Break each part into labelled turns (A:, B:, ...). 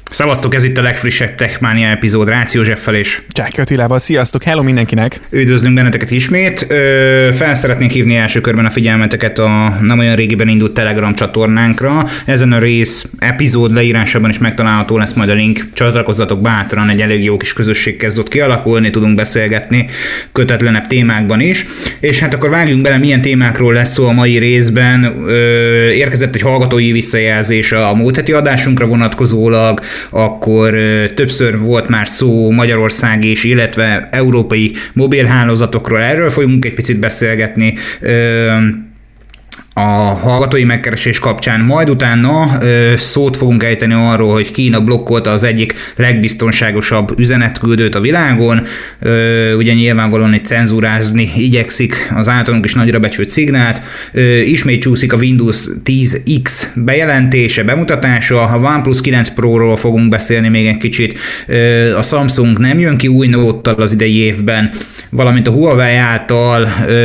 A: Szevasztok, ez itt a legfrissebb Techmania epizód Rácz Józseffel és
B: Csáky Attilával. Sziasztok, hello mindenkinek!
A: Üdvözlünk benneteket ismét. Fel szeretnék hívni első körben a figyelmeteket a nem olyan régiben indult Telegram csatornánkra. Ezen a rész epizód leírásában is megtalálható lesz majd a link. Csatlakozzatok bátran, egy elég jó kis közösség kezd ott kialakulni, tudunk beszélgetni kötetlenebb témákban is. És hát akkor vágjunk bele, milyen témákról lesz szó a mai részben. Érkezett egy hallgatói visszajelzés a múlt heti adásunkra vonatkozólag, akkor többször volt már szó Magyarország és illetve európai mobilhálózatokról, erről fogunk egy picit beszélgetni a hallgatói megkeresés kapcsán, majd utána szót fogunk ejteni arról, hogy Kína blokkolta az egyik legbiztonságosabb üzenetküldőt a világon, ugye nyilvánvalóan egy cenzúrázni igyekszik az általunk is nagyra becsült szignált, ismét csúszik a Windows 10X bejelentése, bemutatása, a OnePlus 9 Pro-ról fogunk beszélni még egy kicsit, a Samsung nem jön ki új Note-tal az idei évben, valamint a Huawei által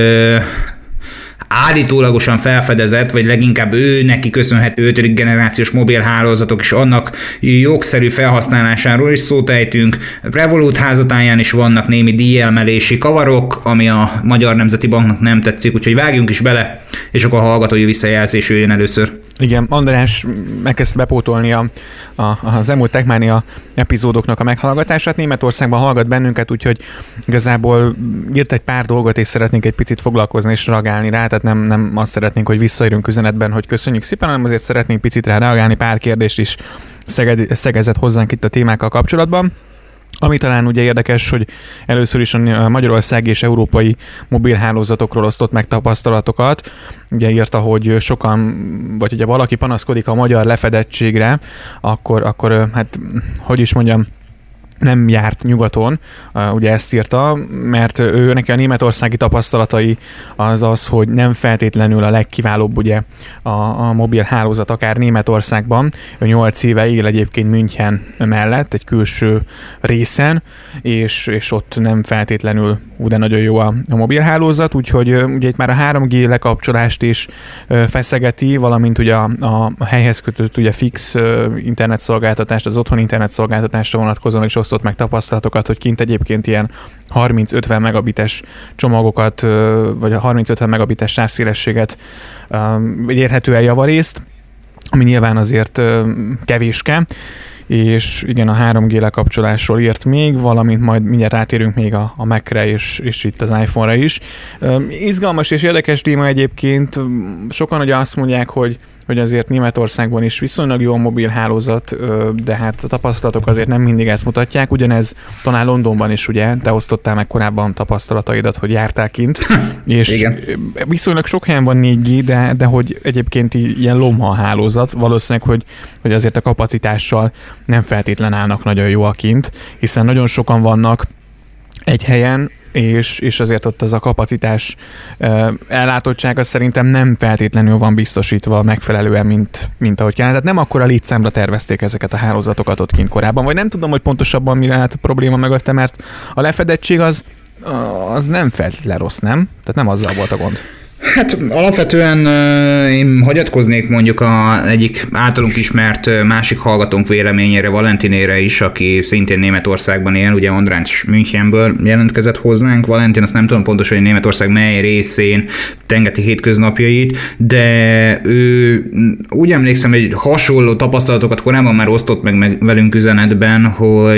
A: állítólagosan felfedezett, vagy leginkább ő neki köszönhető 5. generációs mobilhálózatok és annak jogszerű felhasználásáról is szót ejtünk. Revolut házatáján is vannak némi díjemelési kavarok, ami a Magyar Nemzeti Banknak nem tetszik, úgyhogy vágjunk is bele, és akkor a hallgatói visszajelzés jöjjön először.
B: Igen, András megkezdte bepótolni az elmúlt Techmania epizódoknak a meghallgatását. Németországban hallgat bennünket, úgyhogy igazából írt egy pár dolgot, és szeretnénk egy picit foglalkozni és reagálni rá, tehát nem azt szeretnénk, hogy visszaírjunk üzenetben, hogy köszönjük szépen, hanem azért szeretnénk picit rá reagálni, pár kérdést is szegezett hozzánk itt a témákkal kapcsolatban. Ami talán ugye érdekes, hogy először is a magyarországi és európai mobilhálózatokról osztott meg tapasztalatokat. Ugye írta, hogy sokan, vagy ugye valaki panaszkodik a magyar lefedettségre, akkor hát, hogy is mondjam, nem járt nyugaton, ugye ezt írta, mert ő neki a németországi tapasztalatai az, hogy nem feltétlenül a legkiválóbb ugye a mobil hálózat akár Németországban. Ő 8 éve él egyébként München mellett, egy külső részen, és ott nem feltétlenül de nagyon jó a mobil hálózat, úgyhogy ugye itt már a 3G lekapcsolást is feszegeti, valamint ugye a helyhez kötött ugye fix internetszolgáltatást, az otthoni internetszolgáltatásra vonatkozóan is osztott meg tapasztalatokat, hogy kint egyébként ilyen 30-50 megabites csomagokat, vagy a 30-50 megabites sávszélességet érhető el javarészt, ami nyilván azért kevéske, és igen, a 3G lekapcsolásról írt még, valamint majd mindjárt rátérünk még a Mac-re és itt az iPhone-ra is. Izgalmas és érdekes téma egyébként, sokan ugye azt mondják, hogy azért Németországban is viszonylag jó a mobil hálózat, de hát a tapasztalatok azért nem mindig ezt mutatják. Ugyanez talán Londonban is, ugye, te osztottál meg korábban tapasztalataidat, hogy jártál kint, és igen, viszonylag sok helyen van 4G, de hogy egyébként ilyen lomha a hálózat, valószínűleg, hogy azért a kapacitással nem feltétlen állnak nagyon jól kint, hiszen nagyon sokan vannak egy helyen, és azért ott az a kapacitás ellátottsága szerintem nem feltétlenül van biztosítva megfelelően, mint ahogy kellene. Tehát nem akkora létszámra tervezték ezeket a hálózatokat ott kint korábban, vagy nem tudom, hogy pontosabban mire állt a probléma mögötte, mert a lefedettség az nem feltétlenül rossz, nem? Tehát nem azzal volt a gond.
A: Hát alapvetően én hagyatkoznék mondjuk egyik általunk ismert másik hallgatónk véleményére, Valentinére is, aki szintén Németországban él, ugye András Münchenből jelentkezett hozzánk. Valentin, azt nem tudom pontosan, hogy Németország mely részén tengeti hétköznapjait, de ő úgy emlékszem, hogy hasonló tapasztalatokat korábban már osztott meg velünk üzenetben,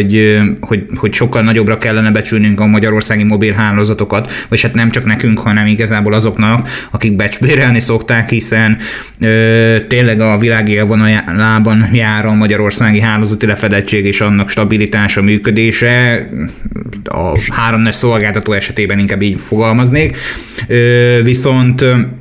A: hogy sokkal nagyobbra kellene becsülnünk a magyarországi mobilhálózatokat, vagy hát nem csak nekünk, hanem igazából azoknak, akik becsbérelni szokták, hiszen tényleg a világ élvonalában jár a magyarországi hálózati lefedettség és annak stabilitása, működése. A 3 nagy szolgáltató esetében inkább így fogalmaznék. Viszont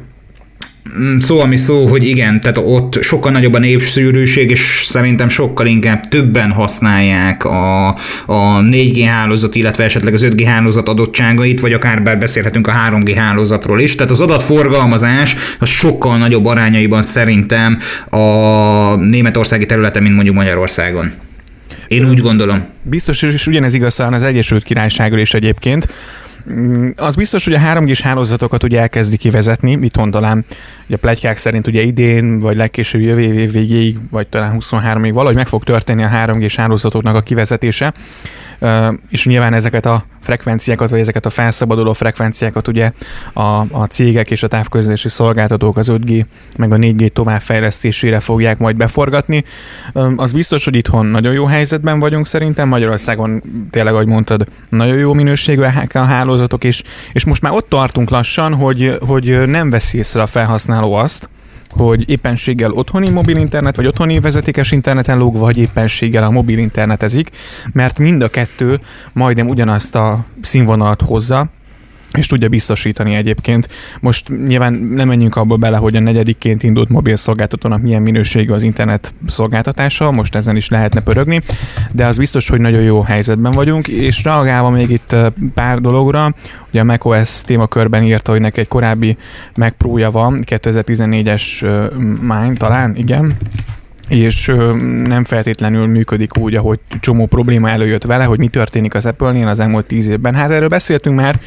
A: szó, ami szó, hogy igen, tehát ott sokkal nagyobb a népszűrűség, és szerintem sokkal inkább többen használják a 4G hálózat, illetve esetleg az 5G hálózat adottságait, vagy akár bár beszélhetünk a 3G hálózatról is. Tehát az adatforgalmazás az sokkal nagyobb arányaiban szerintem a németországi területen, mint mondjuk Magyarországon. Én úgy gondolom.
B: Biztos, és ugyanez igaz az Egyesült Királyságról is egyébként. Az biztos, hogy a 3G-s hálózatokat ugye elkezdi kivezetni, itthon talán ugye a pletykák szerint ugye idén, vagy legkésőbb jövő év végéig, vagy talán 23-ig valahogy meg fog történni a 3G-s hálózatoknak a kivezetése, és nyilván ezeket a frekvenciákat, vagy ezeket a felszabaduló frekvenciákat ugye a cégek és a távközlési szolgáltatók az 5G meg a 4G továbbfejlesztésére fogják majd beforgatni. Az biztos, hogy itthon nagyon jó helyzetben vagyunk szerintem, Magyarországon tényleg, ahogy mondtad, nagyon jó minőségű a hálózatok, és most már ott tartunk lassan, hogy nem veszi észre a felhasználó azt, hogy éppenséggel otthoni mobil internet, vagy otthoni vezetékes interneten lóg, vagy éppenséggel a mobil internetezik, mert mind a kettő majdnem ugyanazt a színvonalat hozza, és tudja biztosítani egyébként. Most nyilván nem menjünk abba bele, hogy a negyedikként indult mobil szolgáltatónak milyen minőségű az internet szolgáltatása, most ezen is lehetne pörögni, de az biztos, hogy nagyon jó helyzetben vagyunk, és reagálva még itt pár dologra, ugye a macOS témakörben írta, hogy neki egy korábbi Mac Pro-ja van, 2014-es Mine talán, igen, és nem feltétlenül működik úgy, ahogy csomó probléma előjött vele, hogy mi történik az Apple-nél az elmúlt 10 évben. Hát erről beszéltünk már,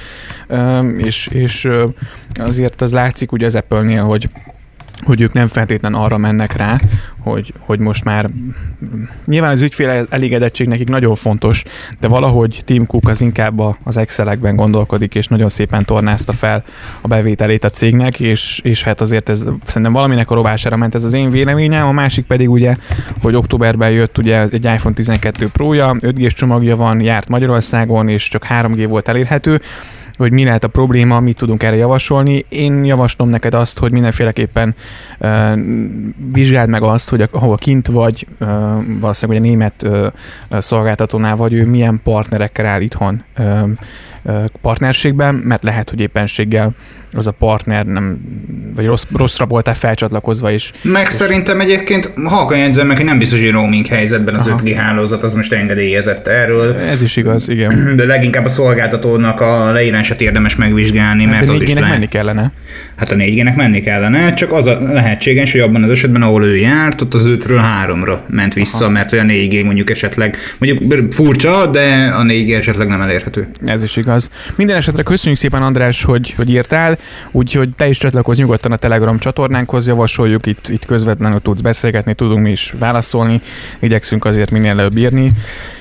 B: és azért az látszik ugye az Apple-nél, hogy ők nem feltétlen arra mennek rá, hogy most már nyilván az ügyfél elégedettség nekik nagyon fontos, de valahogy Tim Cook az inkább az Excelekben gondolkodik, és nagyon szépen tornázta fel a bevételét a cégnek, és hát azért ez szerintem valaminek a rovására ment, ez az én véleményem, a másik pedig ugye, hogy októberben jött ugye egy iPhone 12 Pro-ja, 5G-s csomagja van, járt Magyarországon, és csak 3G volt elérhető, hogy mi lehet a probléma, mit tudunk erre javasolni. Én javaslom neked azt, hogy mindenféleképpen vizsgáld meg azt, hogy ahol kint vagy, valószínűleg ugye német szolgáltatónál vagy, ő milyen partnerekkel áll itthon partnerségben, mert lehet, hogy éppenséggel az a partner nem, vagy rosszra voltál felcsatlakozva is.
A: Meg szerintem egyébként, halkan jegyzem meg, hogy nem biztos, hogy roaming helyzetben az 5G hálózat, az most engedélyezett erről.
B: Ez is igaz, igen.
A: De leginkább a szolgáltatónak a leírását érdemes megvizsgálni,
B: hát
A: mert
B: a
A: az is
B: menni kellene.
A: Hát a 4G-nek menni kellene, csak az a lehetséges, hogy abban az esetben, ahol ő járt, ott az 5-ről 3-ra ment vissza, mert olyan 4G mondjuk esetleg, mondjuk furcsa, de a 4G esetleg nem elérhető.
B: Ez is igaz. Minden esetre köszönjük szépen, András, hogy írtál, úgyhogy te is csatlakozz nyugodtan a Telegram csatornánkhoz, javasoljuk, itt közvetlenül tudsz beszélgetni, tudunk mi is válaszolni, igyekszünk azért minél előbb írni,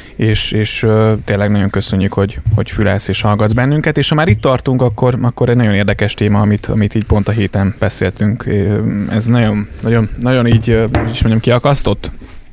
B: és tényleg nagyon köszönjük, hogy fülelsz és hallgatsz bennünket, és ha már itt tartunk, akkor egy nagyon érdekes téma, amit így pont a héten beszéltünk. Ez nagyon így, is mondjam, kiakasztott?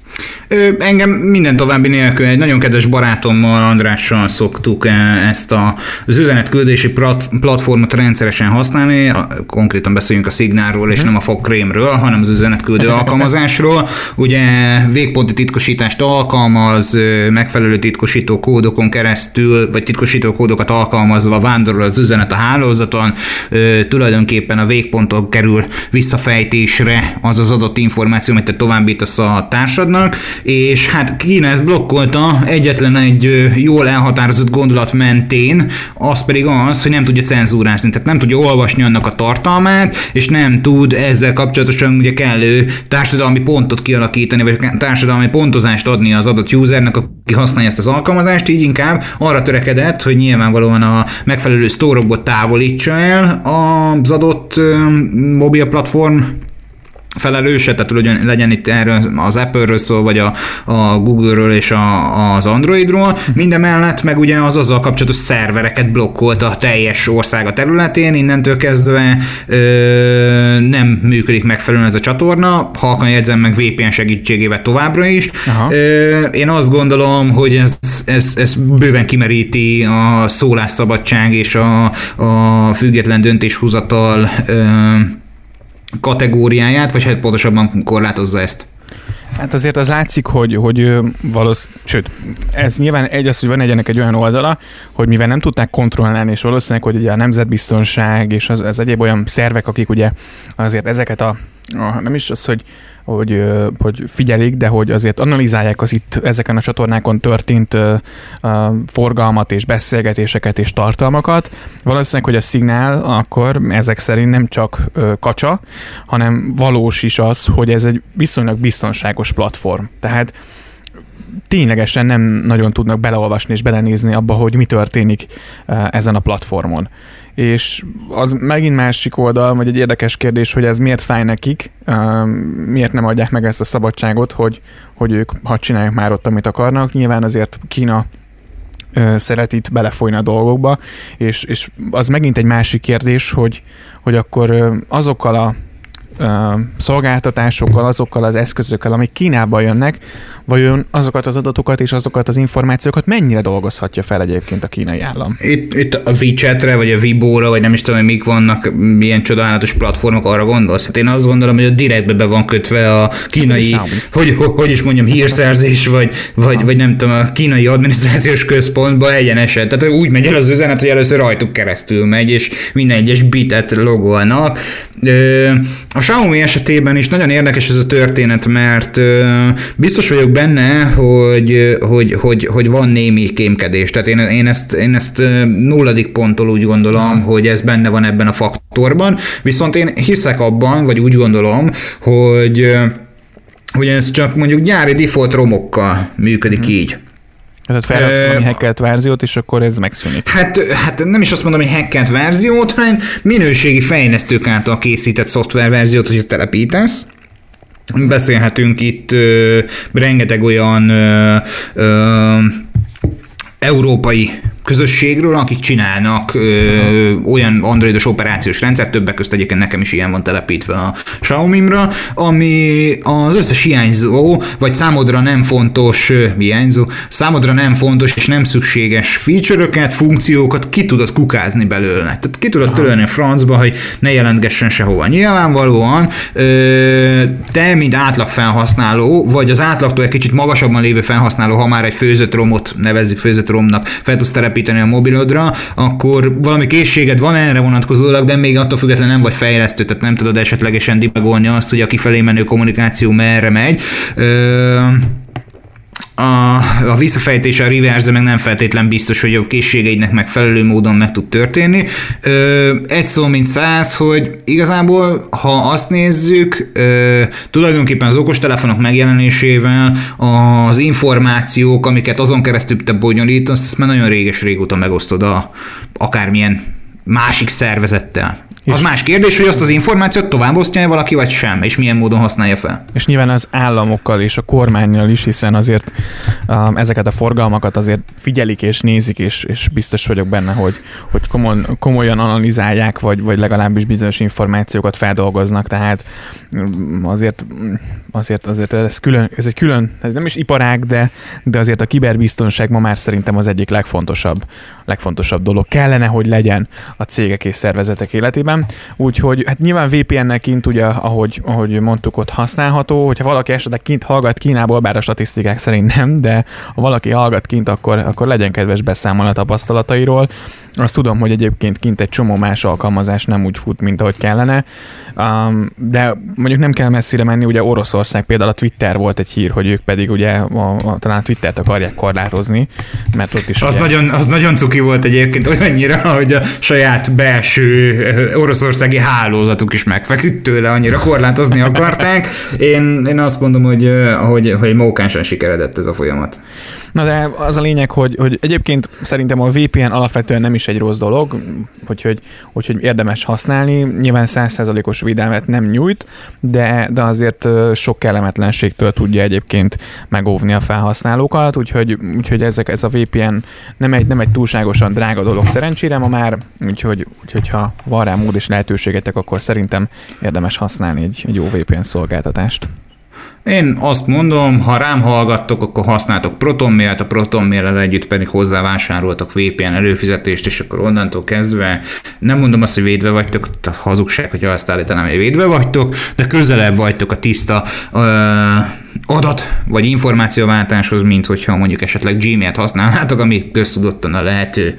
A: Engem minden további nélkül egy nagyon kedves barátommal, Andrással szoktuk ezt az üzenetküldési platformot rendszeresen használni, konkrétan beszéljünk a Signalról és nem a fogkrémről, hanem az üzenetküldő alkalmazásról. Ugye végponti titkosítást alkalmaz, megfelelő titkosító kódokon keresztül, vagy titkosító kódokat alkalmazva vándorol az üzenet a hálózaton, tulajdonképpen a végponton kerül visszafejtésre az az adott információ, amit te továbbítasz a társadnak, és hát Kína ezt blokkolta egyetlen egy jól elhatározott gondolat mentén, az pedig az, hogy nem tudja cenzúrázni, tehát nem tudja olvasni annak a tartalmát, és nem tud ezzel kapcsolatosan ugye kellő társadalmi pontot kialakítani, vagy társadalmi pontozást adni az adott usernek, aki használja ezt az alkalmazást, így inkább arra törekedett, hogy nyilvánvalóan a megfelelő sztórokból távolítsa el az adott mobil platform felelőse, tehát hogy legyen itt erről az Apple-ről szó, vagy a Google-ről és az Androidról. Mindemellett meg ugye az azzal kapcsolatos szervereket blokkolt a teljes országa területén, innentől kezdve nem működik megfelelően ez a csatorna, halkan jegyzem meg VPN segítségével továbbra is. Én azt gondolom, hogy ez bőven kimeríti a szólásszabadság és a független döntéshozatal kategóriáját, vagy hát pontosabban korlátozza ezt.
B: Hát azért az látszik, hogy sőt, ez nyilván az, hogy van ennek egy olyan oldala, hogy mivel nem tudták kontrollálni, és valószínűleg, hogy ugye a nemzetbiztonság és az egyéb olyan szervek, akik ugye azért ezeket nem is az, hogy figyelik, de hogy azért analizálják az itt ezeken a csatornákon történt forgalmat és beszélgetéseket és tartalmakat. Valószínűleg, hogy a Signal akkor ezek szerint nem csak kacsa, hanem valós is az, hogy ez egy viszonylag biztonságos platform. Tehát ténylegesen nem nagyon tudnak beleolvasni és belenézni abba, hogy mi történik ezen a platformon. És az megint másik oldal, vagy egy érdekes kérdés, hogy ez miért fáj nekik, miért nem adják meg ezt a szabadságot, hogy ők hadd csinálják már ott, amit akarnak. Nyilván azért Kína szeret itt belefolyni a dolgokba, és az megint egy másik kérdés, hogy akkor azokkal a szolgáltatásokkal, azokkal az eszközökkel, amik Kínába jönnek, vajon azokat az adatokat és azokat az információkat mennyire dolgozhatja fel egyébként a kínai állam? Itt
A: a WeChat-re, vagy a Weibo-ra, vagy nem is tudom, hogy mik vannak, milyen csodálatos platformok, arra gondolsz? Hát én azt gondolom, hogy a direktbe be van kötve a kínai, hogy is mondjam, hírszerzés, vagy nem tudom, a kínai adminisztrációs központba egyenesen. Tehát úgy megy el az üzenet, hogy először rajtuk keresztül megy, és minden egyes bitet logolnak. A Xiaomi esetében is nagyon érdekes ez a történet, mert biztos vagyok benne, hogy van némi kémkedés. Tehát én ezt nulladik ponttól úgy gondolom, hogy ez benne van ebben a faktorban, viszont én hiszek abban, vagy úgy gondolom, hogy ez csak mondjuk gyári default romokkal működik így.
B: Tehát felraksz valami hackelt verziót, és akkor ez megszűnik.
A: Hát nem is azt mondom, hogy hackelt verziót, hanem minőségi fejlesztők által készített szoftververziót, hogyha telepítesz. Beszélhetünk itt rengeteg olyan európai közösségről, akik csinálnak olyan androidos operációs rendszer, többek között egyébként nekem is ilyen van telepítve a Xiaomi-ra, ami az összes hiányzó, vagy számodra nem fontos és nem szükséges feature-öket, funkciókat ki tudod kukázni belőle. Tehát ki tudod törölni a francba, hogy ne jelentgessen sehova. Nyilvánvalóan te, mint átlag felhasználó, vagy az átlagtól egy kicsit magasabban lévő felhasználó, ha már egy főzött romot, nevezzük főzött romnak, fel tudsz telepíteni a mobilodra, akkor valami készséged van erre vonatkozólag, de még attól függetlenül nem vagy fejlesztő, tehát nem tudod esetlegesen debugolni azt, hogy a kifelé menő kommunikáció merre megy. A visszafejtése, a reverse meg nem feltétlen biztos, hogy a készségeidnek megfelelő módon meg tud történni. Egy szó mint száz, hogy igazából, ha azt nézzük, tulajdonképpen az okostelefonok megjelenésével az információk, amiket azon keresztül te bonyolítasz, ezt már nagyon régóta megosztod akármilyen másik szervezettel. Az más kérdés, hogy azt az információt továbbosztja valaki, vagy sem, és milyen módon használja fel.
B: És nyilván az államokkal és a kormánnyal is, hiszen azért ezeket a forgalmakat azért figyelik és nézik, és biztos vagyok benne, hogy komolyan analizálják, vagy legalábbis bizonyos információkat feldolgoznak, tehát azért ez egy külön, ez nem is iparág, de azért a kiberbiztonság ma már szerintem az egyik legfontosabb dolog. Kellene, hogy legyen a cégek és szervezetek életében. Úgyhogy hát nyilván VPN-nek kint ugye, ahogy mondtuk, ott használható, hogyha valaki esetleg kint hallgat Kínából, bár a statisztikák szerint nem, de ha valaki hallgat kint, akkor legyen kedves beszámolni a tapasztalatairól. Azt tudom, hogy egyébként kint egy csomó más alkalmazás nem úgy fut, mint ahogy kellene, de mondjuk nem kell messzire menni, ugye Oroszország például a Twitter volt egy hír, hogy ők pedig ugye talán a Twittert akarják korlátozni, mert ott is
A: az nagyon cuki volt egyébként olyannyira, hogy a saját belső oroszországi hálózatuk is megfeküdt tőle, annyira korlátozni akarták. Én azt mondom, hogy mókánsan sikeredett ez a folyamat.
B: Na de az a lényeg, hogy egyébként szerintem a VPN alapvetően nem is egy rossz dolog, hogy érdemes használni. Nyilván 100%-os védelmet nem nyújt, de azért sok kellemetlenségtől tudja egyébként megóvni a felhasználókat, úgyhogy ez a VPN nem egy túlságosan drága dolog szerencsére ma már, úgyhogy ha van rá mód és lehetőségetek, akkor szerintem érdemes használni egy jó VPN szolgáltatást.
A: Én azt mondom, ha rám hallgattok, akkor használtok ProtonMailt, a ProtonMail-el együtt pedig hozzávásároltak VPN előfizetést, és akkor onnantól kezdve nem mondom azt, hogy védve vagytok, hazugság, hogyha azt állítanám, hogy védve vagytok, de közelebb vagytok a tiszta adat vagy információváltáshoz, mint hogyha mondjuk esetleg Gmailt használnátok, ami köztudottan a lehető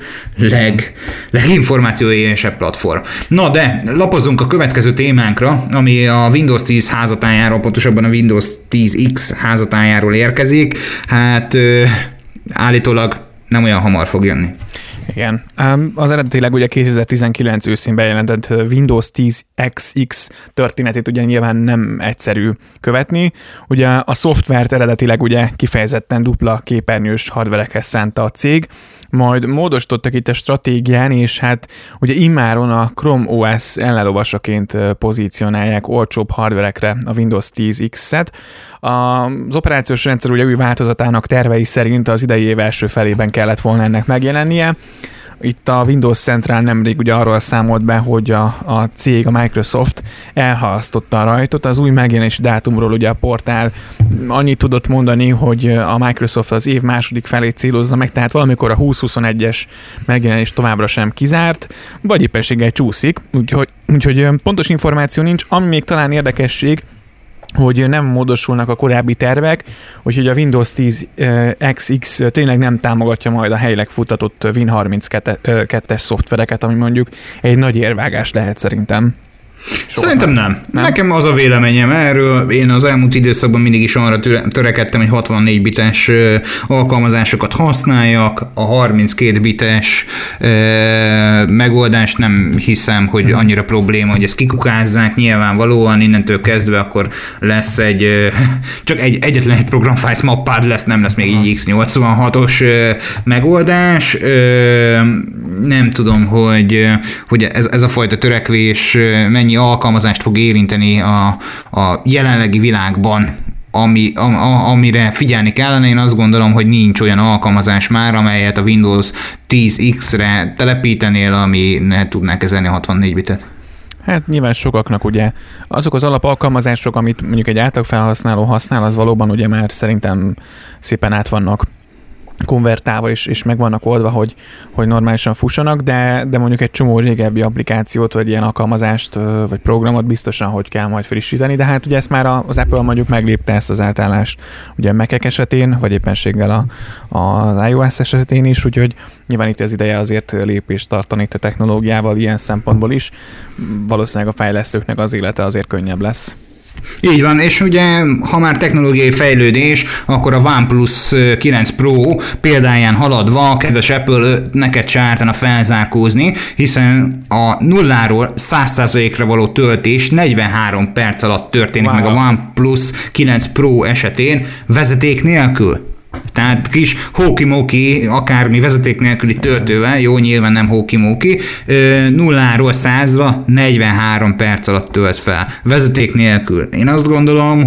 A: leginformációéjesebb platform. Na de lapozzunk a következő témánkra, ami a Windows 10 házatájáról, pontosabban a Windows 10X házatájáról érkezik. Hát állítólag nem olyan hamar fog jönni.
B: Igen. Az eredetileg ugye 2019 őszén bejelentett Windows 10 XX történetét ugye nyilván nem egyszerű követni. Ugye a szoftvert eredetileg ugye kifejezetten dupla képernyős hardverekhez szánta a cég, majd módosítottak itt a stratégián, és hát ugye immáron a Chrome OS ellenlovasaként pozícionálják olcsóbb hardverekre a Windows 10X-et. Az operációs rendszer ugye új változatának tervei szerint az idei év első felében kellett volna ennek megjelennie. Itt a Windows Central nemrég ugye arról számolt be, hogy a cég, a Microsoft elhalasztotta a rajtot. Az új megjelenési dátumról ugye a portál annyit tudott mondani, hogy a Microsoft az év második felét célozza meg, tehát valamikor a 2021-es megjelenés továbbra sem kizárt, vagy éppenséggel csúszik, úgyhogy pontos információ nincs. Ami még talán érdekesség, hogy nem módosulnak a korábbi tervek, úgyhogy a Windows 10 XX tényleg nem támogatja majd a helyileg futtatott Win32-es szoftvereket, ami mondjuk egy nagy érvágás lehet szerintem.
A: Szerintem nem. Nekem az a véleményem erről, én az elmúlt időszakban mindig is arra törekedtem, hogy 64 bites alkalmazásokat használjak, a 32 bites megoldást nem hiszem, hogy annyira probléma, hogy ezt kikukázzák, nyilvánvalóan innentől kezdve akkor lesz csak egyetlen egy programfájsz mappád lesz, nem lesz még így x86-os megoldás. Nem tudom, hogy ez a fajta törekvés mennyi alkalmazást fog érinteni a jelenlegi világban, amire figyelni kellene. Én azt gondolom, hogy nincs olyan alkalmazás már, amelyet a Windows 10X-re telepítenél, ami ne tudná kezelni a 64 bitet.
B: Hát nyilván sokaknak ugye azok az alapalkalmazások, amit mondjuk egy átlagfelhasználó használ, az valóban ugye már szerintem szépen át vannak konvertálva és meg vannak oldva, hogy normálisan fussanak, de mondjuk egy csomó régebbi applikációt, vagy ilyen alkalmazást, vagy programot biztosan, hogy kell majd frissíteni, de hát ugye ezt már az Apple mondjuk meglépte ezt az átállást ugye a Mac-ek esetén, vagy éppenséggel az iOS esetén is, úgyhogy nyilván itt az ideje azért lépést tartani itt a technológiával ilyen szempontból is. Valószínűleg a fejlesztőknek az élete azért könnyebb lesz.
A: Így van, és ugye, ha már technológiai fejlődés, akkor a OnePlus 9 Pro példáján haladva, kedves Apple, neked se ártana felzárkózni, hiszen a 0-ról 100%-ra való töltés 43 perc alatt történik meg a OnePlus 9 Pro esetén vezeték nélkül. Tehát kis hóki-móki, akármi vezeték nélküli töltővel, jó, nyilván nem hóki-móki, 0-ról 100-ra 43 perc alatt tölt fel. Vezeték nélkül. Én azt gondolom,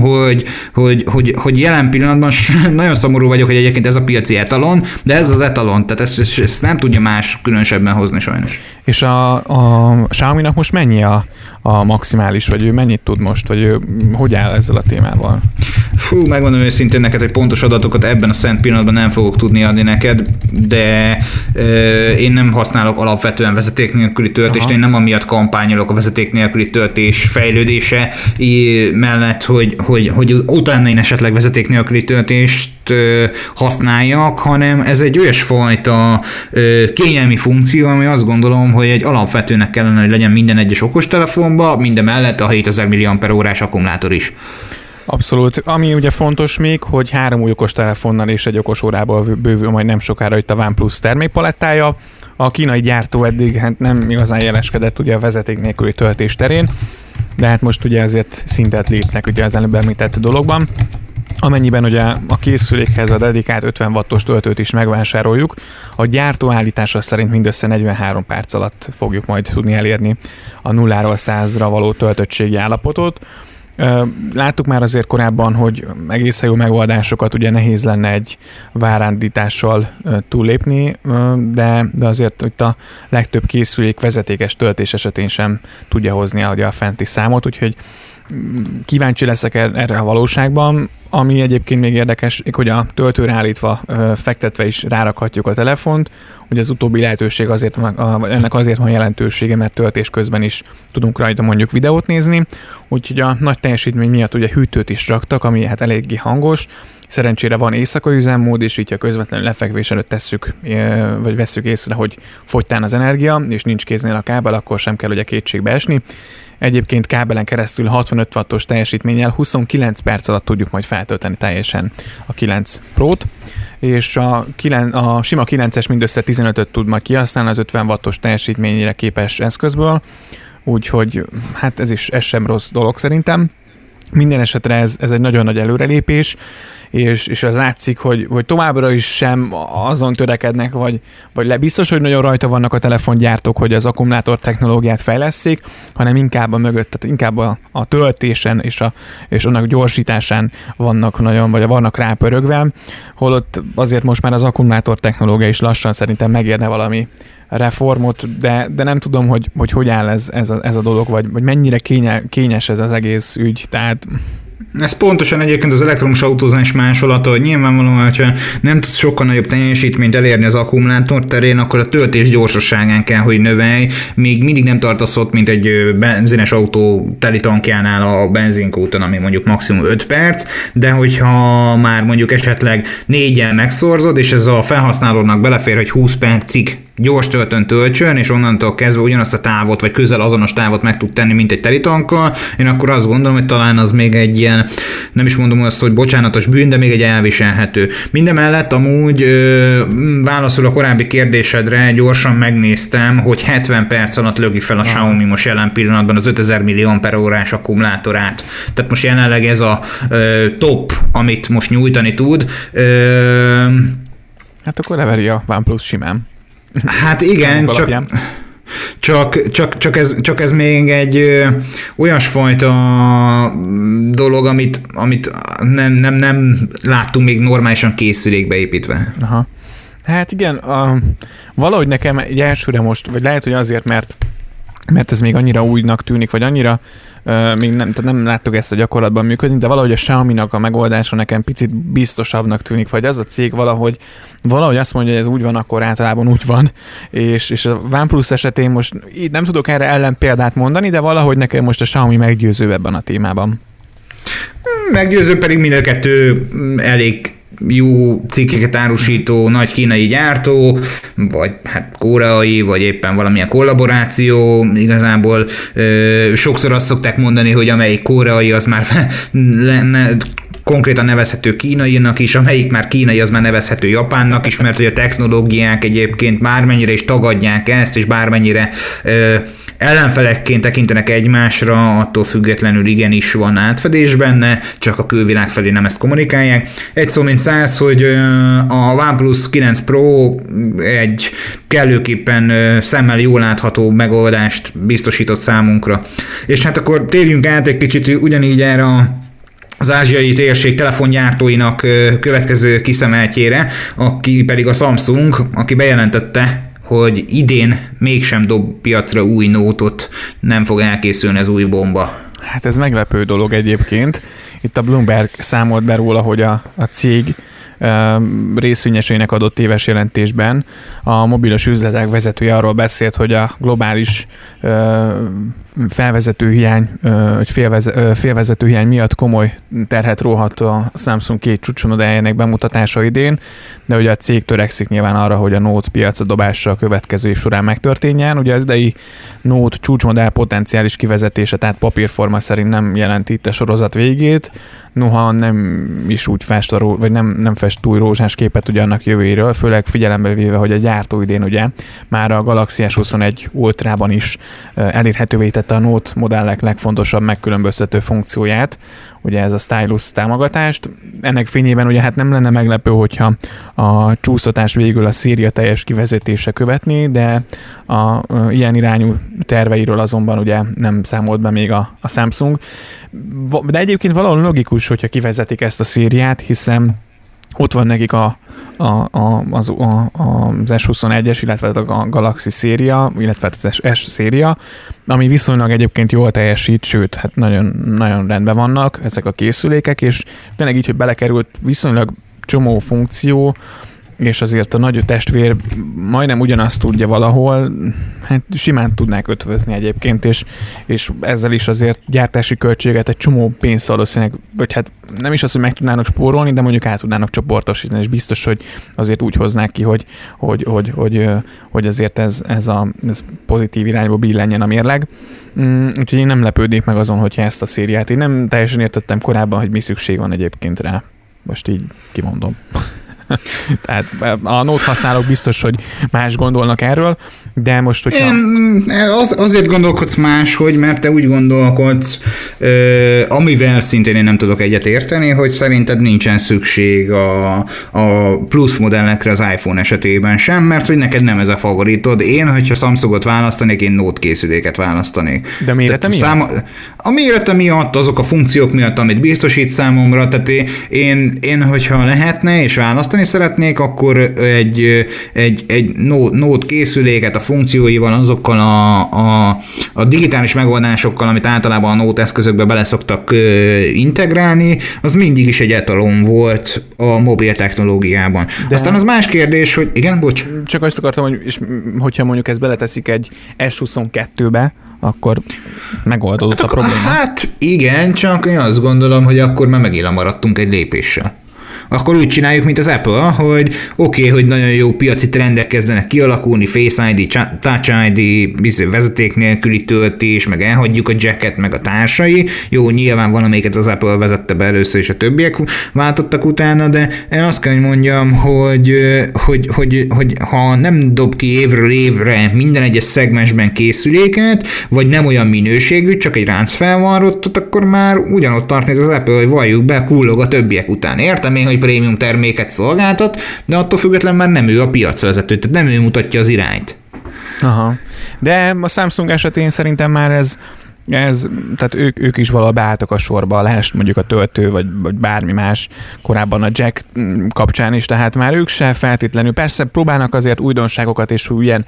A: hogy jelen pillanatban nagyon szomorú vagyok, hogy egyébként ez a piaci etalon, de ez az etalon, tehát ezt nem tudja más különösebben hozni sajnos.
B: És a Xiaomi-nak most mennyi a maximális, vagy ő mennyit tud most, vagy ő hogy áll ezzel a témával?
A: Fú, megmondom őszintén neked, hogy pontos adatokat ebben a szent pillanatban nem fogok tudni adni neked, de én nem használok alapvetően vezeték nélküli töltést, Aha. Én nem amiatt kampányolok a vezeték nélküli töltés fejlődése mellett, hogy utána én esetleg vezeték nélküli töltést használjak, hanem ez egy olyasfajta kényelmi funkció, ami azt gondolom, hogy egy alapvetőnek kellene, hogy legyen minden egyes okostelefonban, minden mellett a 7000 mAh akkumulátor is.
B: Abszolút. Ami ugye fontos még, hogy 3 új okostelefonnal és egy okosórával bővül majd nem sokára itt a OnePlus termékpalettája. A kínai gyártó eddig hát nem igazán jeleskedett ugye a vezeték nélküli töltés terén, de hát most ugye azért szintet lépnek ugye az előbb említett dologban. Amennyiben ugye a készülékhez a dedikált 50 wattos töltőt is megvásároljuk, a gyártó állítása szerint mindössze 43 perc alatt fogjuk majd tudni elérni a 0-ról 100-ra való töltöttségi állapotot. Láttuk már azért korábban, hogy egészen jó megoldásokat ugye nehéz lenne egy várándítással túllépni, de azért itt a legtöbb készülék vezetékes töltés esetén sem tudja hozni a fenti számot, úgyhogy kíváncsi leszek erre a valóságban. Ami egyébként még érdekes, hogy a töltőre állítva, fektetve is rárakhatjuk a telefont, hogy az utóbbi lehetőség ennek azért van jelentősége, mert töltés közben is tudunk rajta mondjuk videót nézni, úgyhogy a nagy teljesítmény miatt ugye hűtőt is raktak, ami hát eléggé hangos. Szerencsére van éjszakai üzemmód, és így a közvetlenül lefekvés előtt vesszük észre, hogy fogytán az energia, és nincs kéznél a kábel, akkor sem kell ugye kétségbe esni. Egyébként kábelen keresztül 65 wattos teljesítménnyel 29 perc alatt tudjuk majd feltölteni teljesen a 9 Pro-t. és a sima 9-es mindössze 15-öt tud majd kihasználni az 50 wattos teljesítményre képes eszközből, úgyhogy hát ez sem rossz dolog szerintem. Minden esetre ez egy nagyon nagy előrelépés, és az látszik, hogy továbbra is sem azon törekednek, vagy biztos, hogy nagyon rajta vannak a telefongyártók, hogy az akkumulátor technológiát fejlesszék, hanem inkább a mögött, tehát inkább a töltésen és annak gyorsításán vannak rápörögve, holott azért most már az akkumulátor technológia is lassan szerintem megérne valami reformot, de nem tudom, hogy áll ez a dolog, vagy mennyire kényes ez az egész ügy, tehát...
A: Ez pontosan egyébként az elektromos autózás másolata, hogy nyilvánvalóan, hogyha nem tudsz sokkal nagyobb teljesítményt elérni az akkumulátor terén, akkor a töltés gyorsaságán kell, hogy növelj, még mindig nem tartasz ott, mint egy benzines autó teli tankjánál a benzinkúton, ami mondjuk maximum 5 perc, de hogyha már mondjuk esetleg 4-jel megszorzod, és ez a felhasználónak belefér, hogy 20 percig gyors töltőn töltsön, és onnantól kezdve ugyanazt a távot, vagy közel azonos távot meg tud tenni, mint egy telitankkal, én akkor azt gondolom, hogy talán az még egy ilyen, nem is mondom azt, hogy bocsánatos bűn, de még egy elviselhető. Mindemellett amúgy válaszol a korábbi kérdésedre, gyorsan megnéztem, hogy 70 perc alatt lögi fel a Xiaomi most jelen pillanatban az 5000 mAh akkumulátorát. Tehát most jelenleg ez a top, amit most nyújtani tud.
B: Hát akkor leveri a OnePlus simán.
A: Hát igen, csak ez még egy olyasfajta dolog, amit nem láttunk még normálisan készülékbe építve.
B: Aha. Hát igen, valahogy nekem egy elsőre most, vagy lehet, hogy azért, mert ez még annyira újnak tűnik, vagy annyira még nem láttuk ezt a gyakorlatban működni, de valahogy a Xiaomi-nak a megoldása nekem picit biztosabbnak tűnik, vagy az a cég valahogy azt mondja, hogy ez úgy van, akkor általában úgy van, és a OnePlus esetén most így nem tudok erre ellen példát mondani, de valahogy nekem most a Xiaomi meggyőző ebben a témában.
A: Meggyőző pedig mind a kettő elég jó cikkeket árusító nagy kínai gyártó, vagy hát koreai, vagy éppen valamilyen kollaboráció. Igazából sokszor azt szokták mondani, hogy amelyik koreai, az már konkrétan nevezhető kínainak is, amelyik már kínai, az már nevezhető japánnak is, mert hogy a technológiák egyébként bármennyire is tagadják ezt, és bármennyire ellenfelekként tekintenek egymásra, attól függetlenül igenis van átfedés benne, csak a külvilág felé nem ezt kommunikálják. Egy szó mint 100, hogy a OnePlus 9 Pro egy kellőképpen szemmel jól látható megoldást biztosított számunkra. És hát akkor térjünk át egy kicsit ugyanígy erre az ázsiai térség telefongyártóinak következő kiszemeltjére, aki pedig a Samsung, aki bejelentette, hogy idén mégsem dob piacra új Note-ot, nem fog elkészülni az új bomba.
B: Hát ez meglepő dolog egyébként. Itt a Bloomberg számolt be róla, hogy a cég részvényeseinek adott éves jelentésben a mobilos üzletek vezetője arról beszélt, hogy a globális félvezetőhiány miatt komoly terhet róhat a Samsung két csúcsmodelljének bemutatása idén, de ugye a cég törekszik nyilván arra, hogy a Note piacra dobása a következő év során megtörténjen. Ugye az idei Note csúcsmodell potenciális kivezetése, tehát papírforma szerint nem jelenti itt a sorozat végét, noha nem is úgy fest, vagy nem fest túl rózsás képet ugye annak jövőjéről, főleg figyelembe véve, hogy a gyártó idén ugye már a Galaxy S21 Ultrában is elérhetővé tette a Note modellek legfontosabb megkülönböztető funkcióját, ugye ez a stylus támogatást. Ennek fényében ugye hát nem lenne meglepő, hogyha a csúsztatás végül a széria teljes kivezetése követni, de ilyen irányú terveiről azonban ugye nem számolt be még a Samsung. De egyébként valahol logikus, hogyha kivezetik ezt a szériát, hiszen ott van nekik az S21-es, illetve a Galaxy széria, illetve az S széria, ami viszonylag egyébként jól teljesít, sőt, hát nagyon, nagyon rendben vannak ezek a készülékek, és tényleg így, hogy belekerült viszonylag csomó funkció, és azért a nagy testvér majdnem ugyanazt tudja valahol, hát simán tudnák ötvözni egyébként, és ezzel is azért gyártási költséget egy csomó pénzt valószínűleg, vagy hát nem is az, hogy meg tudnának spórolni, de mondjuk át tudnának csoportosítani, és biztos, hogy azért úgy hoznák ki, hogy azért ez pozitív irányba billenjen a mérleg. Úgyhogy én nem lepődnék meg azon, hogyha ezt a szériát. Én nem teljesen értettem korábban, hogy mi szükség van egyébként rá. Most így kimondom. Tehát a Note használók biztos, hogy más gondolnak erről, de most, hogyha...
A: Azért gondolkodsz máshogy, mert te úgy gondolkodsz, amivel szintén én nem tudok egyet érteni, hogy szerinted nincsen szükség a plusz modellekre az iPhone esetében sem, mert hogy neked nem ez a favoritod. Én, hogyha Samsungot választanék, én Note készüléket választanék.
B: De mérete miatt?
A: A mérete miatt, azok a funkciók miatt, amit biztosít számomra, tehát én hogyha lehetne és választani szeretnék, akkor egy Note készüléket a funkcióival, azokkal a digitális megoldásokkal, amit általában a Note eszközökbe beleszoktak integrálni, az mindig is egy etalon volt a mobil technológiában. De aztán az más kérdés, hogy igen, bocs.
B: Csak azt akartam, hogy és hogyha mondjuk ezt beleteszik egy S22-be, akkor megoldódott a probléma.
A: Hát igen, csak én azt gondolom, hogy akkor már megint maradtunk egy lépéssel. Akkor úgy csináljuk, mint az Apple, hogy oké, hogy nagyon jó piaci trendek kezdenek kialakulni, Face ID, Touch ID, vezeték nélküli töltés, meg elhagyjuk a jacket, meg a társai. Jó, nyilván valamelyiket az Apple vezette be először, és a többiek váltottak utána, de én azt kell, hogy mondjam, hogy ha nem dob ki évről évre minden egyes szegmensben készüléket, vagy nem olyan minőségű, csak egy ráncfelvarrottat, akkor már ugyanott tart, mint az Apple, hogy valljuk be, kullog a többiek után. Értem én, hogy prémium terméket szolgáltat, de attól függetlenül már nem ő a piacvezető, tehát nem ő mutatja az irányt.
B: Aha. De a Samsung esetén szerintem már ez tehát ők is valahol beálltak a sorba, lehet mondjuk a töltő, vagy bármi más, korábban a jack kapcsán is, tehát már ők se feltétlenül, persze próbálnak azért újdonságokat, és ilyen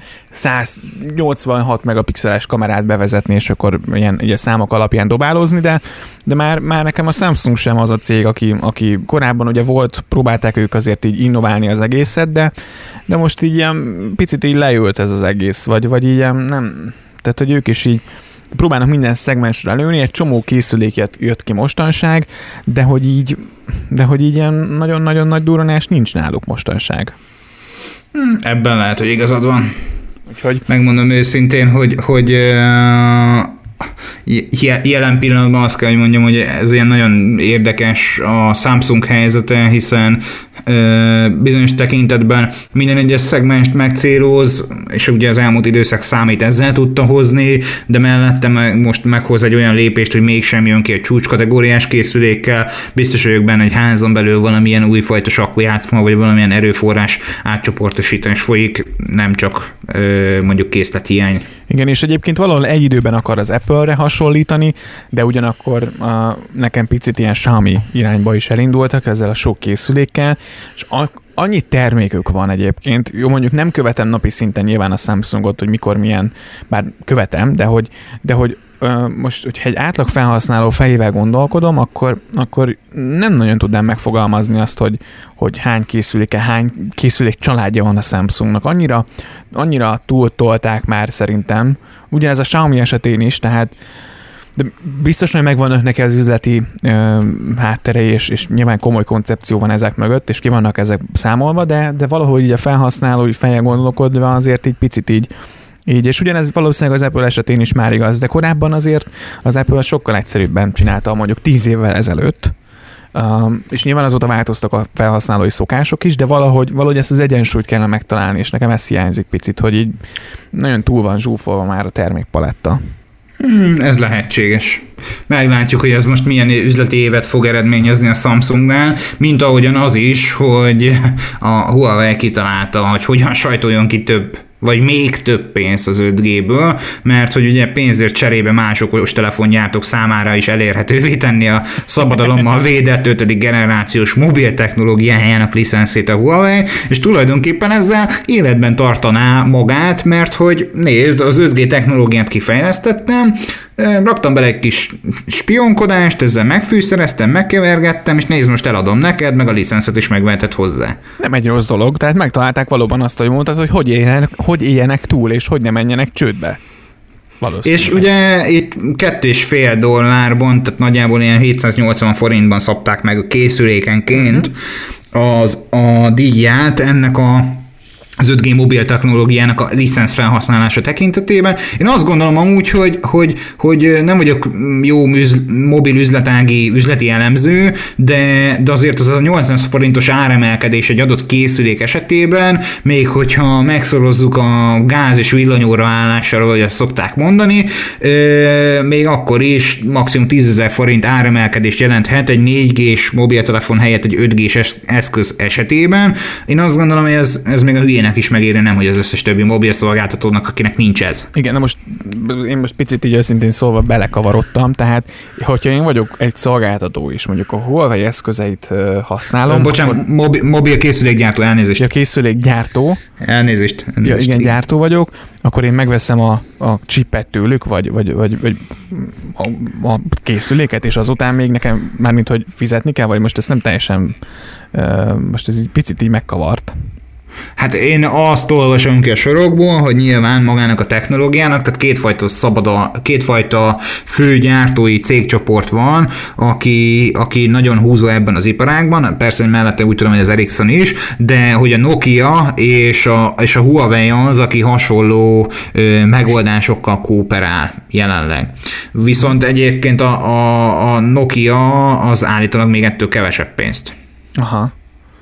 B: 186 megapixeles kamerát bevezetni, és akkor ilyen számok alapján dobálózni, de már nekem a Samsung sem az a cég, aki korábban ugye volt, próbálták ők azért így innoválni az egészet, de most így ilyen picit így leült ez az egész, vagy így nem, tehát hogy ők is így próbálnak minden szegmensre lőni, egy csomó készülék jött ki mostanság, de hogy így ilyen nagyon-nagyon nagy durranás nincs náluk mostanság.
A: Ebben lehet, hogy igazad van.
B: Úgyhogy...
A: Megmondom őszintén, hogy jelen pillanatban azt kell, hogy mondjam, hogy ez ilyen nagyon érdekes a Samsung helyzete, hiszen bizonyos tekintetben minden egyes szegmenst megcéloz, és ugye az elmúlt időszak számít ezzel tudta hozni, de mellette most meghoz egy olyan lépést, hogy mégsem jön ki egy csúcskategóriás készülékkel. Biztos vagyok benne, hogy házon belül valamilyen újfajta sakkjátszma, vagy valamilyen erőforrás átcsoportosítás folyik, nem csak mondjuk készlethiány.
B: Igen, és egyébként valahol egy időben akar az Apple-re hasonlítani, de ugyanakkor nekem picit ilyen Xiaomi irányba is elindultak ezzel a sok készülékkel, és annyi termékük van egyébként. Jó, mondjuk nem követem napi szinten nyilván a Samsungot, hogy mikor milyen, bár követem, de hogy most, hogyha egy átlag felhasználó fejével gondolkodom, akkor nem nagyon tudnám megfogalmazni azt, hogy hány készülék családja van a Samsungnak. Annyira túltolták már szerintem. Ugyanez a Xiaomi esetén is, tehát de biztos, hogy megvannak neki az üzleti hátterei, és nyilván komoly koncepció van ezek mögött, és ki vannak ezek számolva, de valahogy így a felhasználói fejjel gondolkodva azért így picit így, és ugyanez valószínűleg az Apple esetén is már igaz, de korábban azért az Apple sokkal egyszerűbben csinálta mondjuk 10 évvel ezelőtt, és nyilván azóta változtak a felhasználói szokások is, de valahogy ezt az egyensúlyt kellene megtalálni, és nekem ez hiányzik picit, hogy így nagyon túl van zsúfolva már a termékpaletta.
A: Ez lehetséges. Meglátjuk, hogy ez most milyen üzleti évet fog eredményezni a Samsungnál, mint ahogyan az is, hogy a Huawei kitalálta, hogy hogyan sajtoljon ki több vagy még több pénzt az 5G-ből, mert hogy ugye pénzért cserébe más okostelefongyártók számára is elérhetővé tenni a szabadalommal védett 5. generációs mobil technológiájának licenszét a Huawei, és tulajdonképpen ezzel életben tartaná magát, mert hogy nézd, az 5G technológiát kifejlesztettem, raktam bele egy kis spionkodást, ezzel megfűszereztem, megkevergettem, és nézd, most eladom neked, meg a licenszet is megveheted hozzá. Nem egy rossz dolog, tehát megtalálták valóban azt, hogy mondtad, hogy éljenek túl, és hogy ne menjenek csődbe. És ugye itt $2,5, tehát nagyjából ilyen 780 forintban szabták meg a készülékenként a díját ennek a az 5G mobil technológiának a licensz felhasználása tekintetében. Én azt gondolom amúgy, hogy nem vagyok jó mobil üzleti elemző, de azért az a 800 forintos áremelkedés egy adott készülék esetében, még hogyha megszorozzuk a gáz és villanyóra állással, ahogy azt szokták mondani, még akkor is maximum 10 000 forint áremelkedést jelenthet egy 4G-s mobiltelefon helyett egy 5G-s eszköz esetében. Én azt gondolom, hogy ez még a hülyének is megéri, nem, hogy az összes többi mobil szolgáltatónak, akinek nincs ez.
B: Igen, na én most picit így őszintén szólva belekavarodtam, tehát hogyha én vagyok egy szolgáltató is, mondjuk a Huawei eszközeit használom.
A: Bocsánat, akkor... mobil készülékgyártó, elnézést.
B: Ja, készülékgyártó.
A: Elnézést.
B: Ja, igen, gyártó vagyok, akkor én megveszem a chipet tőlük, vagy a készüléket, és azután még nekem mármint, hogy fizetni kell, vagy most ezt nem teljesen, most ez egy picit így megkavart.
A: Hát én azt olvasom ki a sorokból, hogy nyilván magának a technológiának, tehát kétfajta fő gyártói cégcsoport van, aki nagyon húzó ebben az iparágban, persze, hogy mellette úgy tudom, hogy az Ericsson is, de hogy a Nokia és a Huawei az, aki hasonló megoldásokkal kooperál jelenleg. Viszont egyébként a Nokia az állítólag még ettől kevesebb pénzt.
B: Aha.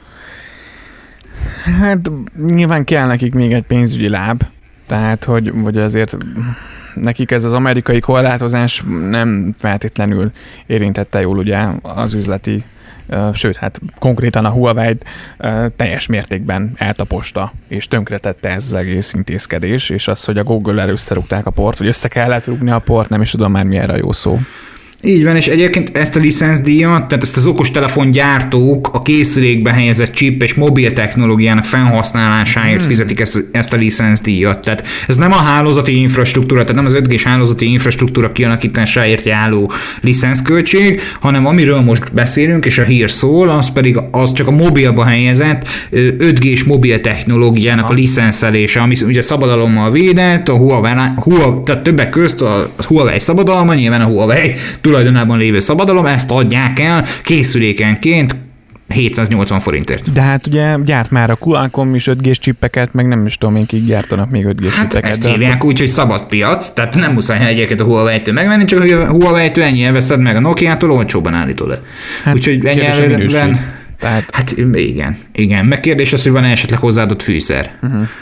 B: Hát nyilván kell nekik még egy pénzügyi láb, tehát hogy azért nekik ez az amerikai korlátozás nem feltétlenül érintette jól ugye az üzleti, sőt, hát konkrétan a Huawei-t teljes mértékben eltaposta, és tönkretette ez az egész intézkedés, és az, hogy a Google-el összerúgták a port, vagy össze kellett rúgni a port, nem is tudom már mi erre a jó szó.
A: Így van, és egyébként ezt a licencdíjat, tehát ezt az okostelefon gyártók a készülékbe helyezett chip és mobil technológiának felhasználásáért fizetik ezt a licencdíjat. Tehát ez nem a hálózati infrastruktúra, tehát nem az 5G-s hálózati infrastruktúra kialakításáért járó licenszköltség, hanem amiről most beszélünk, és a hír szól, az csak a mobilba helyezett 5G-s mobil technológiának a licenszelése, ami ugye szabadalommal védett, tehát többek közt a Huawei szabadalma, nyilván a Huawei tulajdonában lévő szabadalom, ezt adják el készülékenként 780 forintért.
B: De hát ugye gyárt már a Qualcomm is 5G-s csippeket, meg nem is tudom én kik gyártanak még 5G-s csippeket.
A: Ezt hívják úgy, hogy szabad piac, tehát nem muszáj egyébként a Huawei-től megvenni, csak hogy a Huawei-től ennyien veszed meg, a Nokia-tól olcsóban állítod.
B: Hát, úgyhogy ennyien.
A: Hát igen. Meg kérdés az, hogy van esetleg hozzáadott fűszer.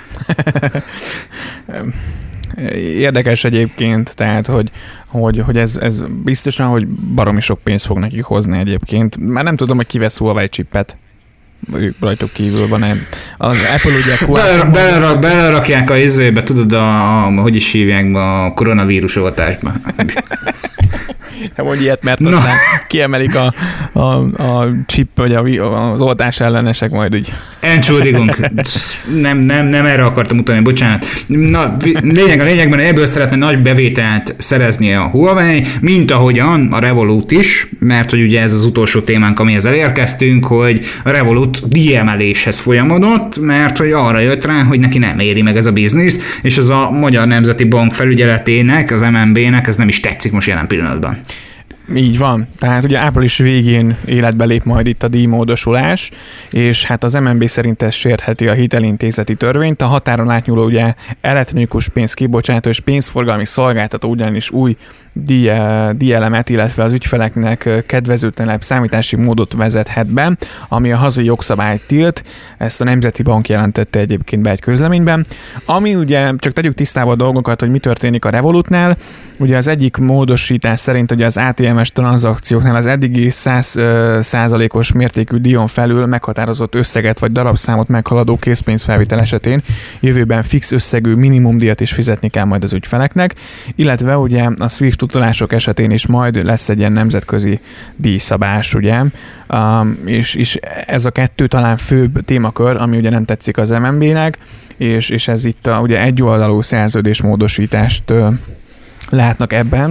B: Érdekes egyébként, tehát, hogy ez biztosan, hogy baromi sok pénzt fog nekik hozni egyébként. Már nem tudom, hogy ki vesz Huawei chipet. Ők rajtuk kívül van az Apple ugye...
A: Belerakják a izébe, tudod, hogy is hívják a koronavírus oltásba.
B: Nem mondj ilyet, mert aztán kiemelik a chip, vagy az oltás ellenesek majd úgy.
A: Entschuldigung. Nem erre akartam utalni, bocsánat. Na, lényegben ebből szeretne nagy bevételt szerezni a Huawei, mint ahogyan a Revolut is, mert hogy ugye ez az utolsó témánk, amihez elérkeztünk, hogy a Revolut díjemeléshez folyamodott, mert hogy arra jött rá, hogy neki nem éri meg ez a biznisz, és ez a Magyar Nemzeti Bank felügyeletének, az MNB-nek ez nem is tetszik most jelen pillanatban.
B: Így van. Tehát ugye április végén életbe lép majd itt a díjmódosulás, és hát az MNB szerint ez sértheti a hitelintézeti törvényt. A határon átnyúló ugye elektronikus pénzkibocsátó és pénzforgalmi szolgáltató ugyanis új díjelemet, illetve az ügyfeleknek kedvezőtlenebb számítási módot vezethet be, ami a hazai jogszabályt tilt. Ezt a Nemzeti Bank jelentette egyébként be egy közleményben. Ami ugye, csak tegyük tisztába a dolgokat, hogy mi történik a Revolutnál. Ugye az egyik módosítás szerint ugye az ATM-es tranzakcióknál az eddigi 100%-os mértékű díjon felül meghatározott összeget vagy darabszámot meghaladó készpénzfelvétel esetén jövőben fix összegű minimumdíjat is fizetni kell majd az ügyfeleknek, illetve ugye a SWIFT utalások esetén is majd lesz egy ilyen nemzetközi díjszabás, ugye, és ez a kettő talán főbb témakör, ami ugye nem tetszik az MNB-nek, és ez itt ugye egyoldalú szerződésmódosítást látnak ebben,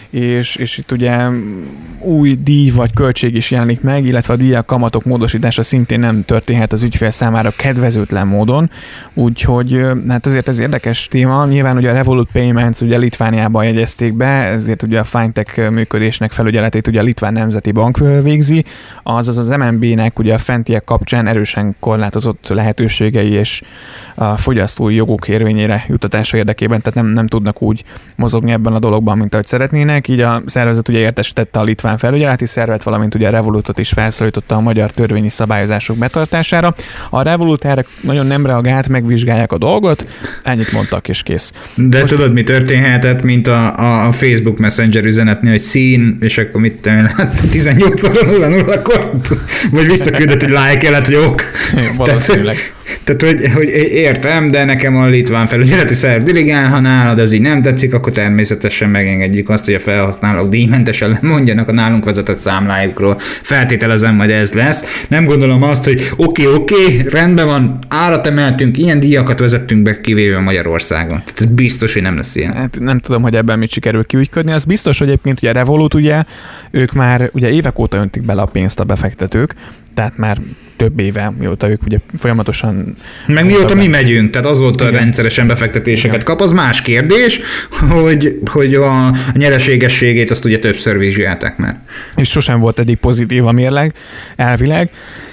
B: és itt ugye új díj vagy költség is jelenik meg, illetve a díjak kamatok módosítása szintén nem történhet az ügyfél számára kedvezőtlen módon, úgyhogy hát azért ez érdekes téma. Nyilván ugye a Revolut Payments ugye Litvániában jegyezték be, ezért ugye a fintech működésnek felügyeletét ugye a Litván Nemzeti Bank végzi, azaz az MNB-nek ugye a fentiek kapcsán erősen korlátozott lehetőségei és a fogyasztói jogok érvényére juttatása érdekében, tehát nem tudnak úgy mozogni ebben a dologban, mint ahogy szeretnének. Így a szervezet ugye értesítette a litván felügyeleti szervet, valamint ugye a Revolutot is felszólította a magyar törvényi szabályozások betartására. A Revolut erre nagyon nem reagált, megvizsgálják a dolgot, ennyit mondtak és kész.
A: De most tudod, mi történhetett, mint a Facebook Messenger üzenetnél, hogy szín, és akkor mit tenni, 18:00-kor, vagy visszaküldött egy like-jelet, hogy ok.
B: Valószínűleg.
A: Tehát, hogy értem, de nekem a litván felügyeleti szerv dirigál, ha nálad ez így nem tetszik, akkor természetesen megengedjük azt, hogy a felhasználók díjmentesen mondjanak a nálunk vezetett számlájukról. Feltételezem, hogy ez lesz. Nem gondolom azt, hogy oké, rendben van, árat emeltünk, ilyen díjakat vezettünk be, kivéve Magyarországon. Tehát ez biztos, hogy nem lesz ilyen.
B: Hát nem tudom, hogy ebben mit sikerül kiügyködni. Az biztos, hogy egyébként ugye Revolut, ugye, ők már ugye évek óta öntik bele a pénzt a befektetők, tehát már több éve, mióta ők ugye folyamatosan...
A: Meg mióta mi megyünk, tehát azóta rendszeresen befektetéseket kap. Az más kérdés, hogy a nyereségességét azt ugye többször vizsgálták már.
B: És sosem volt eddig pozitív a mérleg, elvileg.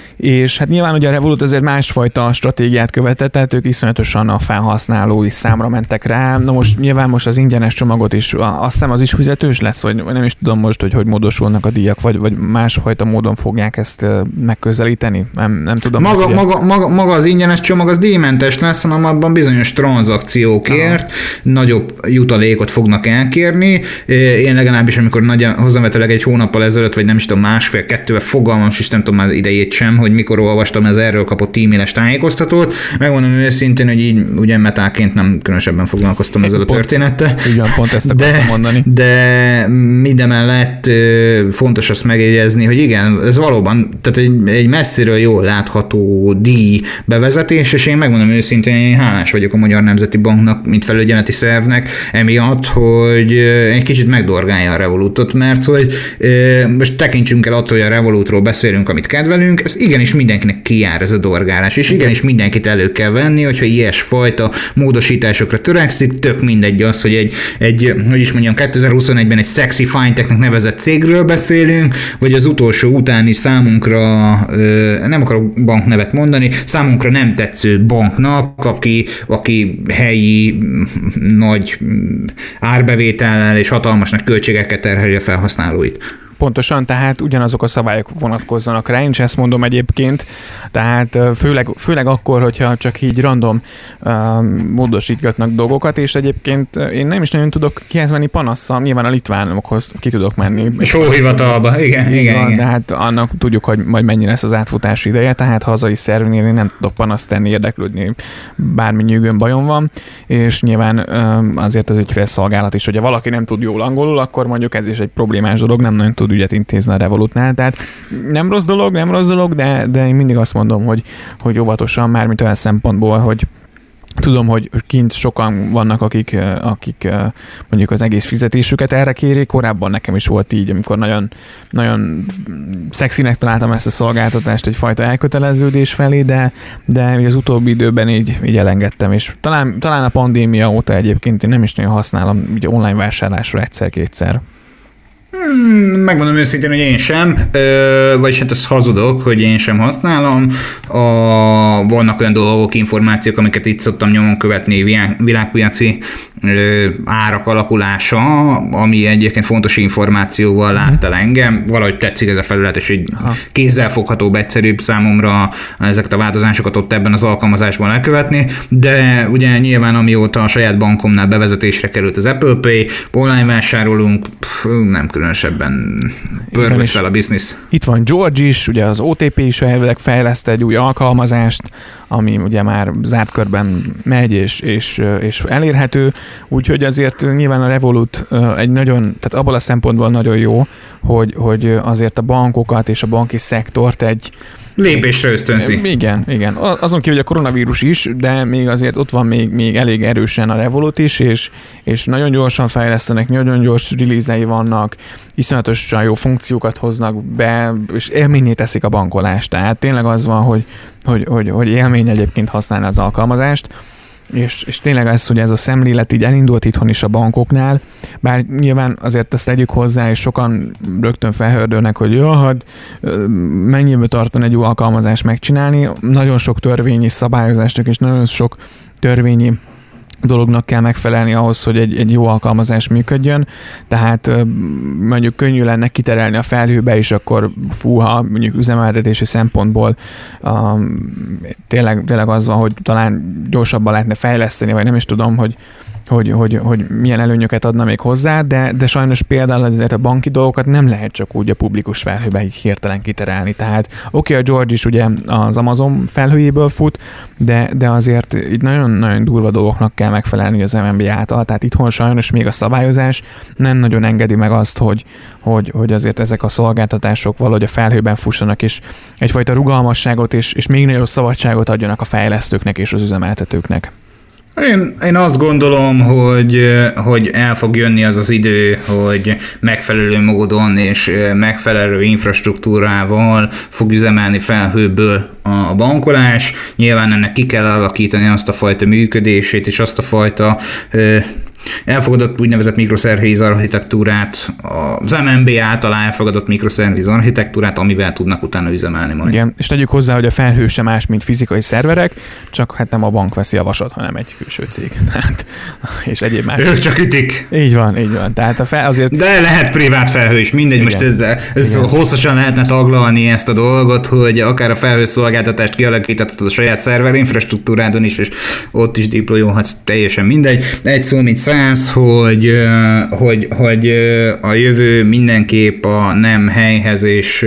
B: És hát nyilván ugye a Revolut azért másfajta stratégiát követett, tehát ők iszonyatosan a felhasználói számra mentek rá. Na most nyilván az ingyenes csomagot is, azt hiszem az is fizetős lesz, vagy nem is tudom most, hogy módosulnak a díjak, vagy másfajta módon fogják ezt megközelíteni. Nem tudom.
A: Maga az ingyenes csomag az díjmentes lesz, hanem abban bizonyos tranzakciókért nagyobb jutalékot fognak elkérni. Én legalábbis, amikor hozzávetőleg egy hónappal ezelőtt, vagy nem is tudom, másfél-kettővel fogalmam, és nem tudom már idejét sem, hogy mikor olvastam az erről kapott e-mailes tájékoztatót. Megmondom őszintén, hogy így ugye metálként nem különösebben foglalkoztam ezzel a történettel.
B: Igen, pont ezt akartam mondani.
A: De mindemellett fontos azt megjegyezni, hogy igen, ez valóban tehát egy messziről jól látható díj bevezetés, és én megmondom őszintén, én hálás vagyok a Magyar Nemzeti Banknak, mint felügyeleti szervnek, emiatt, hogy egy kicsit megdorgálja a Revolutot, mert hogy most tekintsünk el attól, hogy a Revolutról beszélünk, amit kedvelünk, ez igenis mindenkinek kijár ez a dorgálás, és igenis mindenkit elő kell venni, hogyha ilyesfajta módosításokra törekszik, tök mindegy az, hogy hogy is mondjam, 2021-ben egy sexy fintechnek nevezett cégről beszélünk, vagy az utolsó utáni számunkra, nem akarok banknevet mondani, számunkra nem tetsző banknak, aki helyi nagy árbevétellel és hatalmas nagy költségekkel terheli a felhasználóit.
B: Pontosan, tehát ugyanazok a szabályok vonatkozzanak rá, én is ezt mondom egyébként, tehát főleg akkor, hogyha csak így random módosítgatnak dolgokat, és egyébként én nem is nagyon tudok kihez menni panasszal, nyilván a litvánokhoz ki tudok menni.
A: Sóhivatalba, igen.
B: De hát annak tudjuk, hogy majd mennyi lesz az átfutási ideje, tehát hazai szervnél én nem tudok panaszt tenni, érdeklődni, bármi nyűgön bajom van, és nyilván azért az ügyfélszolgálat is, hogyha valaki nem tud jól angolul, akkor mondjuk ez is egy problémás dolog, nem nagyon tud ügyet intézni a Revolutnál, tehát nem rossz dolog, de én mindig azt mondom, hogy óvatosan, mármint olyan szempontból, hogy tudom, hogy kint sokan vannak, akik mondjuk az egész fizetésüket erre kérik. Korábban nekem is volt így, amikor nagyon, nagyon szexinek találtam ezt a szolgáltatást egyfajta elköteleződés felé, de az utóbbi időben így elengedtem, és talán a pandémia óta egyébként én nem is nagyon használom így online vásárlásra egyszer-kétszer.
A: Megmondom őszintén, hogy én sem, vagyis hát ezt hazudok, hogy én sem használom. Vannak olyan dolgok, információk, amiket itt szoktam nyomon követni, világpiaci árak alakulása, ami egyébként fontos információval lát el engem. Valahogy tetszik ez a felület, és így kézzelfoghatóbb, egyszerűbb számomra ezeket a változásokat ott ebben az alkalmazásban elkövetni, de ugye nyilván amióta a saját bankomnál bevezetésre került az Apple Pay, online vásárolunk, nem különösebben pörgött fel a biznisz.
B: Itt van George is, ugye az OTP is elvileg fejleszt egy új alkalmazást, ami ugye már zárt körben megy és elérhető, úgyhogy azért nyilván a Revolut egy nagyon, tehát abból a szempontból nagyon jó, hogy azért a bankokat és a banki szektort
A: Lépésre ösztönzi.
B: Igen. Azon kívül, hogy a koronavírus is, de még azért ott van még elég erősen a Revolut is, és nagyon gyorsan fejlesztenek, nagyon gyors release-ei vannak, iszonyatosan jó funkciókat hoznak be, és élményé teszik a bankolást. Tehát tényleg az van, hogy élmény egyébként használni az alkalmazást, és tényleg ez, hogy ez a szemlélet így elindult itthon is a bankoknál, bár nyilván azért ezt tegyük hozzá, és sokan rögtön felhördölnek, hogy hát mennyibe tartana egy jó alkalmazást megcsinálni. Nagyon sok törvényi szabályozásnak és nagyon sok törvényi dolognak kell megfelelni ahhoz, hogy egy jó alkalmazás működjön, tehát mondjuk könnyű lenne kiterelni a felhőbe, és akkor fúha, mondjuk üzemeltetési szempontból tényleg az van, hogy talán gyorsabban lehetne fejleszteni, vagy nem is tudom, hogy milyen előnyöket adna még hozzá, de sajnos például azért a banki dolgokat nem lehet csak úgy a publikus felhőbe így hirtelen kiterelni. Tehát oké, a George is ugye az Amazon felhőjéből fut, de azért így nagyon-nagyon durva dolgoknak kell megfelelni az MNB által. Tehát itthon sajnos még a szabályozás nem nagyon engedi meg azt, hogy azért ezek a szolgáltatások valahogy a felhőben fussanak, és egyfajta rugalmasságot és még nagyobb szabadságot adjanak a fejlesztőknek és az üzemeltetőknek.
A: Én azt gondolom, hogy el fog jönni az idő, hogy megfelelő módon és megfelelő infrastruktúrával fog üzemelni felhőből a bankolás. Nyilván ennek ki kell alakítani azt a fajta működését és azt a fajta elfogadott úgynevezett microservice architektúrát, az MNB által elfogadott microservice architektúrát, amivel tudnak utána üzemelni majd.
B: Igen, és tegyük hozzá, hogy a felhő sem más, mint fizikai szerverek, csak hát nem a bank veszi a vasat, hanem egy külső cég. Tehát, és egyéb más.
A: Ők csak ütik.
B: Így van. Tehát azért...
A: De lehet privát felhő is, mindegy. Igen. Most ez hosszasan lehetne taglalni ezt a dolgot, hogy akár a felhőszolgáltatást kialakíthatod a saját szerver infrastruktúrádon is, és ott is deployolhatsz, teljesen mindegy. Egy szó, mint hogy a jövő mindenképp a nem helyhez és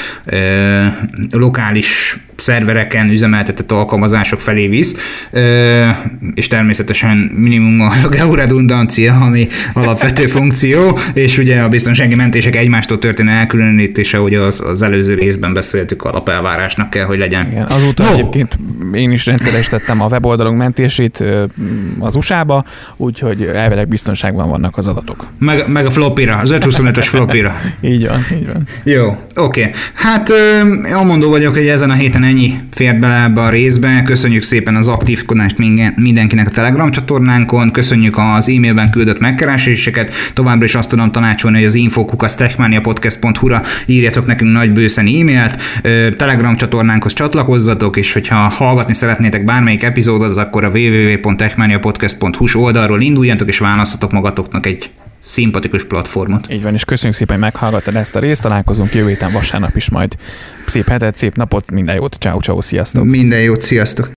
A: lokális szervereken üzemeltetett alkalmazások felé visz, és természetesen minimum a georedundancia, ami alapvető funkció, és ugye a biztonsági mentések egymástól történő elkülönítése, hogy az előző részben beszéltük, alapelvárásnak kell, hogy legyen.
B: Igen, azóta egyébként én is rendszeresítettem a weboldalunk mentését az USA-ba, úgyhogy elvileg biztonságban vannak az adatok.
A: Meg a floppira, az 525-ös floppira.
B: Így van.
A: Jó, oké. Hát amondó vagyok, hogy ezen a héten ennyi fért bele ebbe a részbe. Köszönjük szépen az aktívkodást mindenkinek a Telegram csatornánkon, köszönjük az e-mailben küldött megkereséseket, továbbra is azt tudom tanácsolni, hogy az info@techmaniapodcast.hu-ra írjatok nekünk nagy bőszen e-mailt, Telegram csatornánkhoz csatlakozzatok, és hogyha hallgatni szeretnétek bármelyik epizódot, akkor a www.techmaniapodcast.hu-s oldalról induljatok, és választatok magatoknak egy szimpatikus platformot.
B: Így van, és köszönjük szépen, hogy meghallgattad ezt a részt, találkozunk jövő héten vasárnap is majd. Szép hetet, szép napot, minden jót, ciao, sziasztok!
A: Minden jót, sziasztok!